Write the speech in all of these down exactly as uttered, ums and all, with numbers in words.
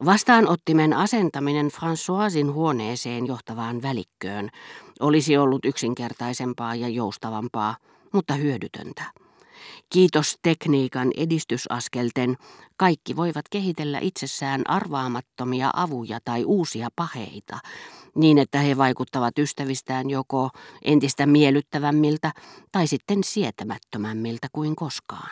Vastaanottimen asentaminen Françoisin huoneeseen johtavaan välikköön olisi ollut yksinkertaisempaa ja joustavampaa, mutta hyödytöntä. Kiitos tekniikan edistysaskelten, kaikki voivat kehitellä itsessään arvaamattomia avuja tai uusia paheita, niin että he vaikuttavat ystävistään joko entistä miellyttävämmiltä tai sitten sietämättömämmiltä kuin koskaan.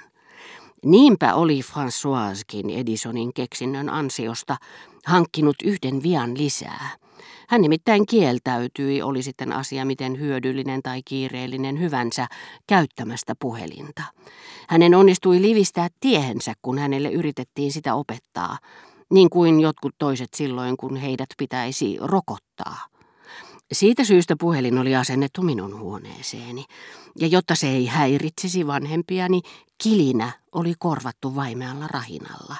Niinpä oli Françoiskin Edisonin keksinnön ansiosta hankkinut yhden vian lisää. Hän nimittäin kieltäytyi, oli sitten asia miten hyödyllinen tai kiireellinen hyvänsä, käyttämästä puhelinta. Hänen onnistui livistää tiehensä, kun hänelle yritettiin sitä opettaa, niin kuin jotkut toiset silloin, kun heidät pitäisi rokottaa. Siitä syystä puhelin oli asennettu minun huoneeseeni, ja jotta se ei häiritsisi vanhempiani, kilinä oli korvattu vaimealla rahinalla.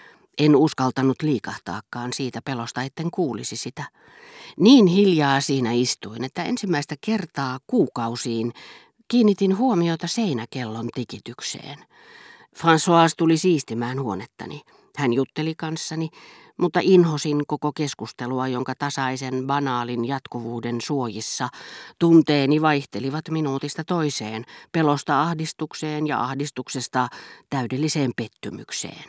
En uskaltanut liikahtaakaan siitä pelosta, etten kuulisi sitä. Niin hiljaa siinä istuin, että ensimmäistä kertaa kuukausiin kiinnitin huomiota seinäkellon tikitykseen. François tuli siistimään huonettani. Hän jutteli kanssani, mutta inhosin koko keskustelua, jonka tasaisen banaalin jatkuvuuden suojissa tunteeni vaihtelivat minuutista toiseen, pelosta ahdistukseen ja ahdistuksesta täydelliseen pettymykseen.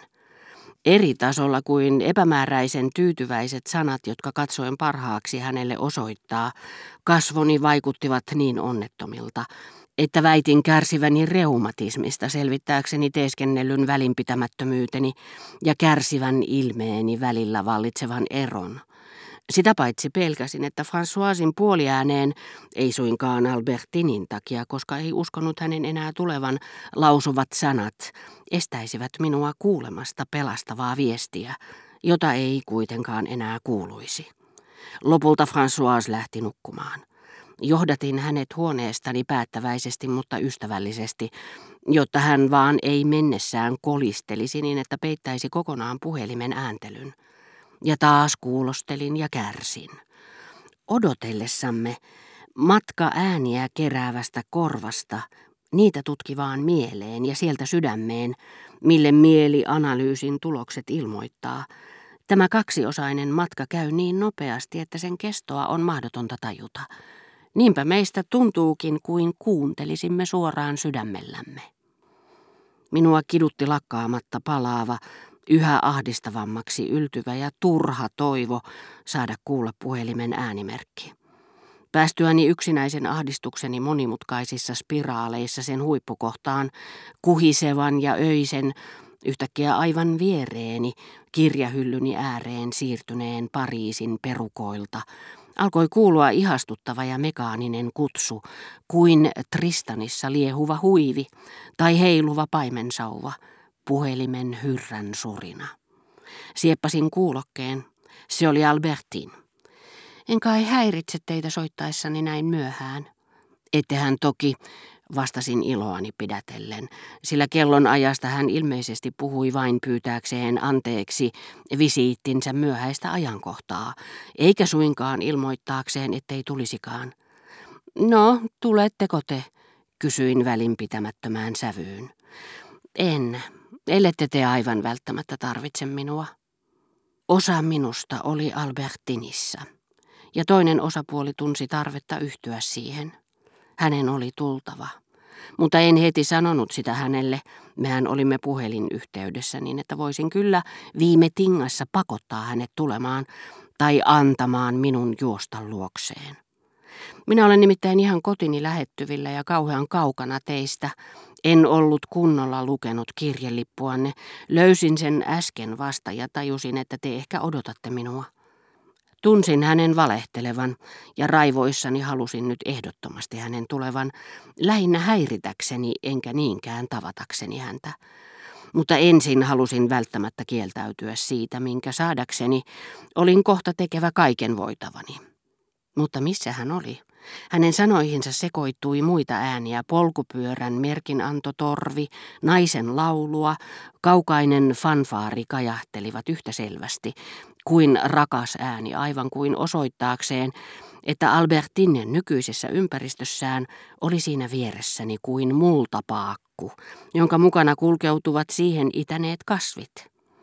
Eri tasolla kuin epämääräisen tyytyväiset sanat, jotka katsoin parhaaksi hänelle osoittaa, kasvoni vaikuttivat niin onnettomilta, että väitin kärsiväni reumatismista selvittääkseni teeskennellyn välinpitämättömyyteni ja kärsivän ilmeeni välillä vallitsevan eron. Sitä paitsi pelkäsin, että Françoisin puoliääneen, ei suinkaan Albertinin takia, koska ei uskonut hänen enää tulevan, lausuvat sanat estäisivät minua kuulemasta pelastavaa viestiä, jota ei kuitenkaan enää kuuluisi. Lopulta François lähti nukkumaan. Johdatin hänet huoneestani päättäväisesti, mutta ystävällisesti, jotta hän vaan ei mennessään kolistelisi niin, että peittäisi kokonaan puhelimen ääntelyn. Ja taas kuulostelin ja kärsin. Odotellessamme matka ääniä keräävästä korvasta, niitä tutkivaan mieleen ja sieltä sydämeen, mille mielianalyysin tulokset ilmoittaa. Tämä kaksiosainen matka käy niin nopeasti, että sen kestoa on mahdotonta tajuta. Niinpä meistä tuntuukin kuin kuuntelisimme suoraan sydämellämme. Minua kidutti lakkaamatta palaava, yhä ahdistavammaksi yltyvä ja turha toivo saada kuulla puhelimen äänimerkki. Päästyäni yksinäisen ahdistukseni monimutkaisissa spiraaleissa sen huippukohtaan, kuhisevan ja öisen, yhtäkkiä aivan viereeni, kirjahyllyni ääreen siirtyneen Pariisin perukoilta, alkoi kuulua ihastuttava ja mekaaninen kutsu, kuin Tristanissa liehuva huivi tai heiluva paimensauva, puhelimen hyrrän surina. Sieppasin kuulokkeen. Se oli Albertine. En kai häiritse teitä soittaessani näin myöhään. Ettehän toki, vastasin iloani pidätellen, sillä kellon ajasta hän ilmeisesti puhui vain pyytääkseen anteeksi visiittinsä myöhäistä ajankohtaa, eikä suinkaan ilmoittaakseen, ettei tulisikaan. No, tuletteko te? Kysyin välinpitämättömään sävyyn. En, ellette te aivan välttämättä tarvitse minua. Osa minusta oli Albertinissa, ja toinen osapuoli tunsi tarvetta yhtyä siihen. Hänen oli tultava, mutta en heti sanonut sitä hänelle. Mehän olimme puhelinyhteydessä niin, että voisin kyllä viime tingassa pakottaa hänet tulemaan tai antamaan minun juosta luokseen. Minä olen nimittäin ihan kotini lähettyvillä ja kauhean kaukana teistä. En ollut kunnolla lukenut kirjelippuanne. Löysin sen äsken vasta ja tajusin, että te ehkä odotatte minua. Tunsin hänen valehtelevan ja raivoissani halusin nyt ehdottomasti hänen tulevan, lähinnä häiritäkseni enkä niinkään tavatakseni häntä. Mutta ensin halusin välttämättä kieltäytyä siitä, minkä saadakseni olin kohta tekevä kaiken voitavani. Mutta missä hän oli? Hänen sanoihinsa sekoittui muita ääniä, polkupyörän merkinantotorvi, naisen laulua, kaukainen fanfaari kajahtelivat yhtä selvästi kuin rakas ääni, aivan kuin osoittaakseen, että Albertine nykyisessä ympäristössään oli siinä vieressäni kuin multapaakku, jonka mukana kulkeutuvat siihen itäneet kasvit.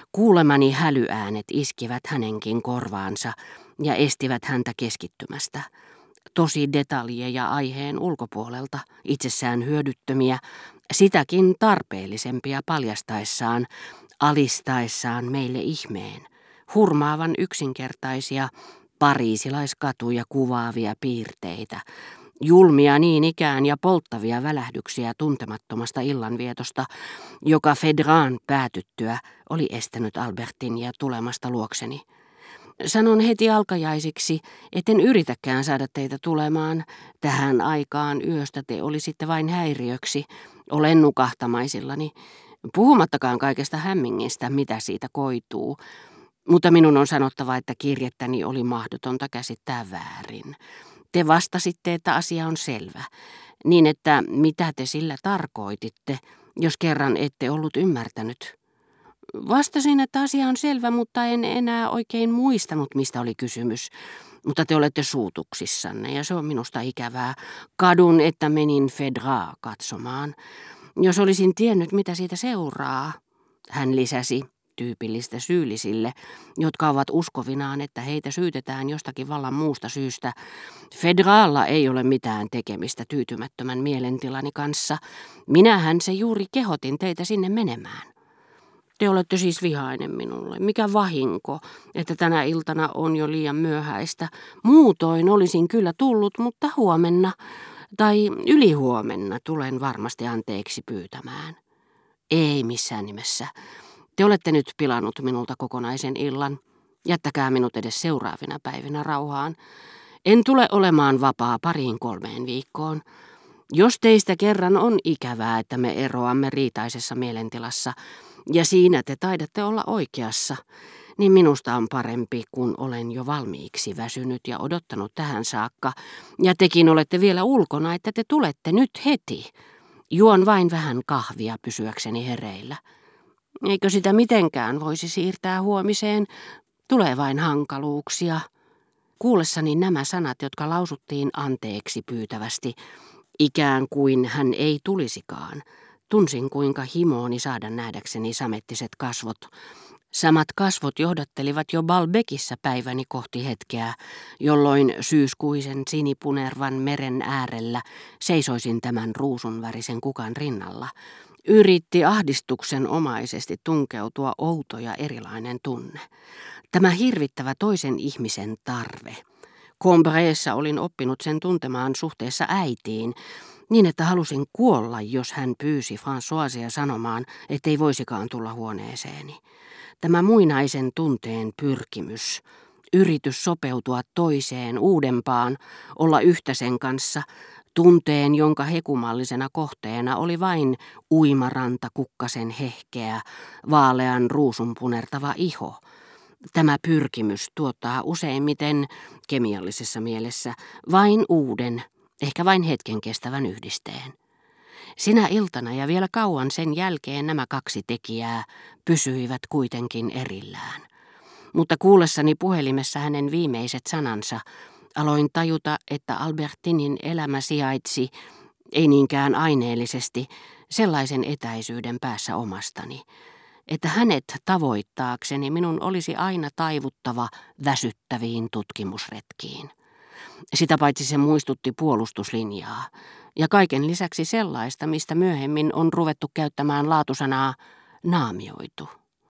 Kuulemani hälyäänet iskivät hänenkin korvaansa ja estivät häntä keskittymästä. Tosi detaljeja aiheen ulkopuolelta, itsessään hyödyttömiä, sitäkin tarpeellisempia paljastaessaan, alistaessaan meille ihmeen, hurmaavan yksinkertaisia pariisilaiskatuja kuvaavia piirteitä, julmia niin ikään ja polttavia välähdyksiä tuntemattomasta illanvietosta, joka Fedran päätyttyä oli estänyt Albertinia tulemasta luokseni. Sanon heti alkajaisiksi, etten yritäkään saada teitä tulemaan. Tähän aikaan yöstä te olisitte vain häiriöksi. Olen nukahtamaisillani, puhumattakaan kaikesta hämmingistä, mitä siitä koituu. Mutta minun on sanottava, että kirjettäni oli mahdotonta käsittää väärin. Te vastasitte, että asia on selvä, niin että mitä te sillä tarkoititte, jos kerran ette ollut ymmärtänyt. Vastasin, että asia on selvä, mutta en enää oikein muistanut, mistä oli kysymys. Mutta te olette suutuksissanne ja se on minusta ikävää. Kadun, että menin Fedraa katsomaan. Jos olisin tiennyt, mitä siitä seuraa, hän lisäsi, tyypillistä syyllisille, jotka ovat uskovinaan, että heitä syytetään jostakin vallan muusta syystä. Fedraalla ei ole mitään tekemistä tyytymättömän mielentilani kanssa. Minähän se juuri kehotin teitä sinne menemään. Te olette siis vihainen minulle. Mikä vahinko, että tänä iltana on jo liian myöhäistä. Muutoin olisin kyllä tullut, mutta huomenna tai ylihuomenna tulen varmasti anteeksi pyytämään. Ei missään nimessä. Te olette nyt pilannut minulta kokonaisen illan. Jättäkää minut edes seuraavina päivinä rauhaan. En tule olemaan vapaa pariin kolmeen viikkoon. Jos teistä kerran on ikävää, että me eroamme riitaisessa mielentilassa, ja siinä te taidatte olla oikeassa, niin minusta on parempi, kun olen jo valmiiksi väsynyt ja odottanut tähän saakka, ja tekin olette vielä ulkona, että te tulette nyt heti. Juon vain vähän kahvia pysyäkseni hereillä. Eikö sitä mitenkään voisi siirtää huomiseen? Tulee vain hankaluuksia. Kuullessani nämä sanat, jotka lausuttiin anteeksi pyytävästi, ikään kuin hän ei tulisikaan, tunsin kuinka himooni saada nähdäkseni samettiset kasvot. Samat kasvot johdattelivat jo Balbekissä päiväni kohti hetkeä, jolloin syyskuisen sinipunervan meren äärellä seisoisin tämän ruusunvärisen kukan rinnalla. Yritti ahdistuksen omaisesti tunkeutua outo ja erilainen tunne. Tämä hirvittävä toisen ihmisen tarve. Combreessa olin oppinut sen tuntemaan suhteessa äitiin, niin että halusin kuolla, jos hän pyysi Françoisia sanomaan, ettei voisikaan tulla huoneeseeni. Tämä muinaisen tunteen pyrkimys, yritys sopeutua toiseen, uudempaan, olla yhtä sen kanssa, tunteen, jonka hekumallisena kohteena oli vain uimaranta kukkasen hehkeä, vaalean ruusun punertava iho. Tämä pyrkimys tuottaa useimmiten, kemiallisessa mielessä, vain uuden, ehkä vain hetken kestävän yhdisteen. Sinä iltana ja vielä kauan sen jälkeen nämä kaksi tekijää pysyivät kuitenkin erillään. Mutta kuullessani puhelimessa hänen viimeiset sanansa, aloin tajuta, että Albertinin elämä sijaitsi, ei niinkään aineellisesti, sellaisen etäisyyden päässä omastani, että hänet tavoittaakseni minun olisi aina taivuttava väsyttäviin tutkimusretkiin. Sitä paitsi se muistutti puolustuslinjaa, ja kaiken lisäksi sellaista, mistä myöhemmin on ruvettu käyttämään laatusanaa naamioitu.